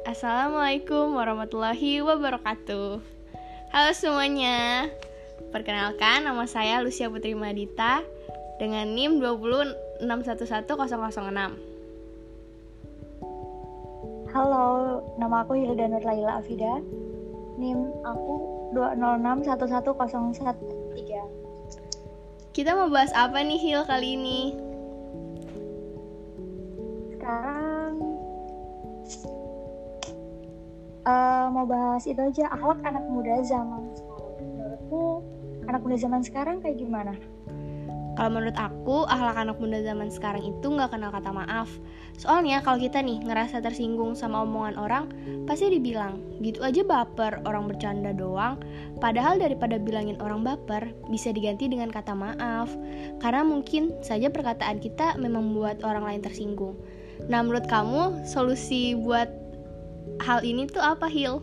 Assalamualaikum warahmatullahi wabarakatuh. Halo semuanya. Perkenalkan, nama saya Lucia Putri Madita dengan NIM 201110006. Halo, nama aku Hilda Nur Laila Afida. NIM aku 206110113. Kita mau bahas apa nih Hil kali ini? Sekarang mau bahas itu aja, akhlak anak muda zaman sekarang. Menurutmu anak muda zaman sekarang kayak gimana? Kalau menurut aku, akhlak anak muda zaman sekarang itu gak kenal kata maaf. Soalnya kalau kita nih ngerasa tersinggung sama omongan orang, pasti dibilang, gitu aja baper, orang bercanda doang. Padahal daripada bilangin orang baper, bisa diganti dengan kata maaf. Karena mungkin saja perkataan kita memang membuat orang lain tersinggung. Nah, menurut kamu, solusi buat hal ini tuh apa, Hil?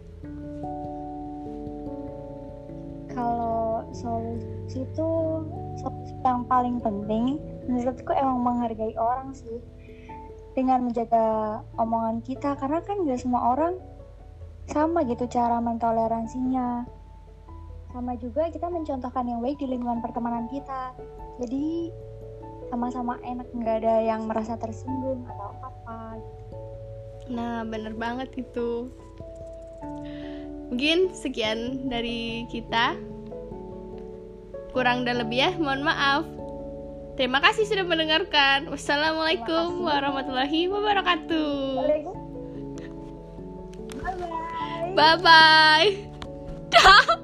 Kalau solusi itu yang paling penting menurutku emang menghargai orang sih, dengan menjaga omongan kita, karena kan gak semua orang sama gitu cara mentoleransinya. Sama juga kita mencontohkan yang baik di lingkungan pertemanan kita, jadi sama-sama enak, gak ada yang merasa tersinggung atau apa gitu. Nah, bener banget itu. Mungkin sekian dari kita. Kurang dan lebih ya, mohon maaf. Terima kasih sudah mendengarkan. Wassalamualaikum warahmatullahi wabarakatuh. Bye bye. Bye bye.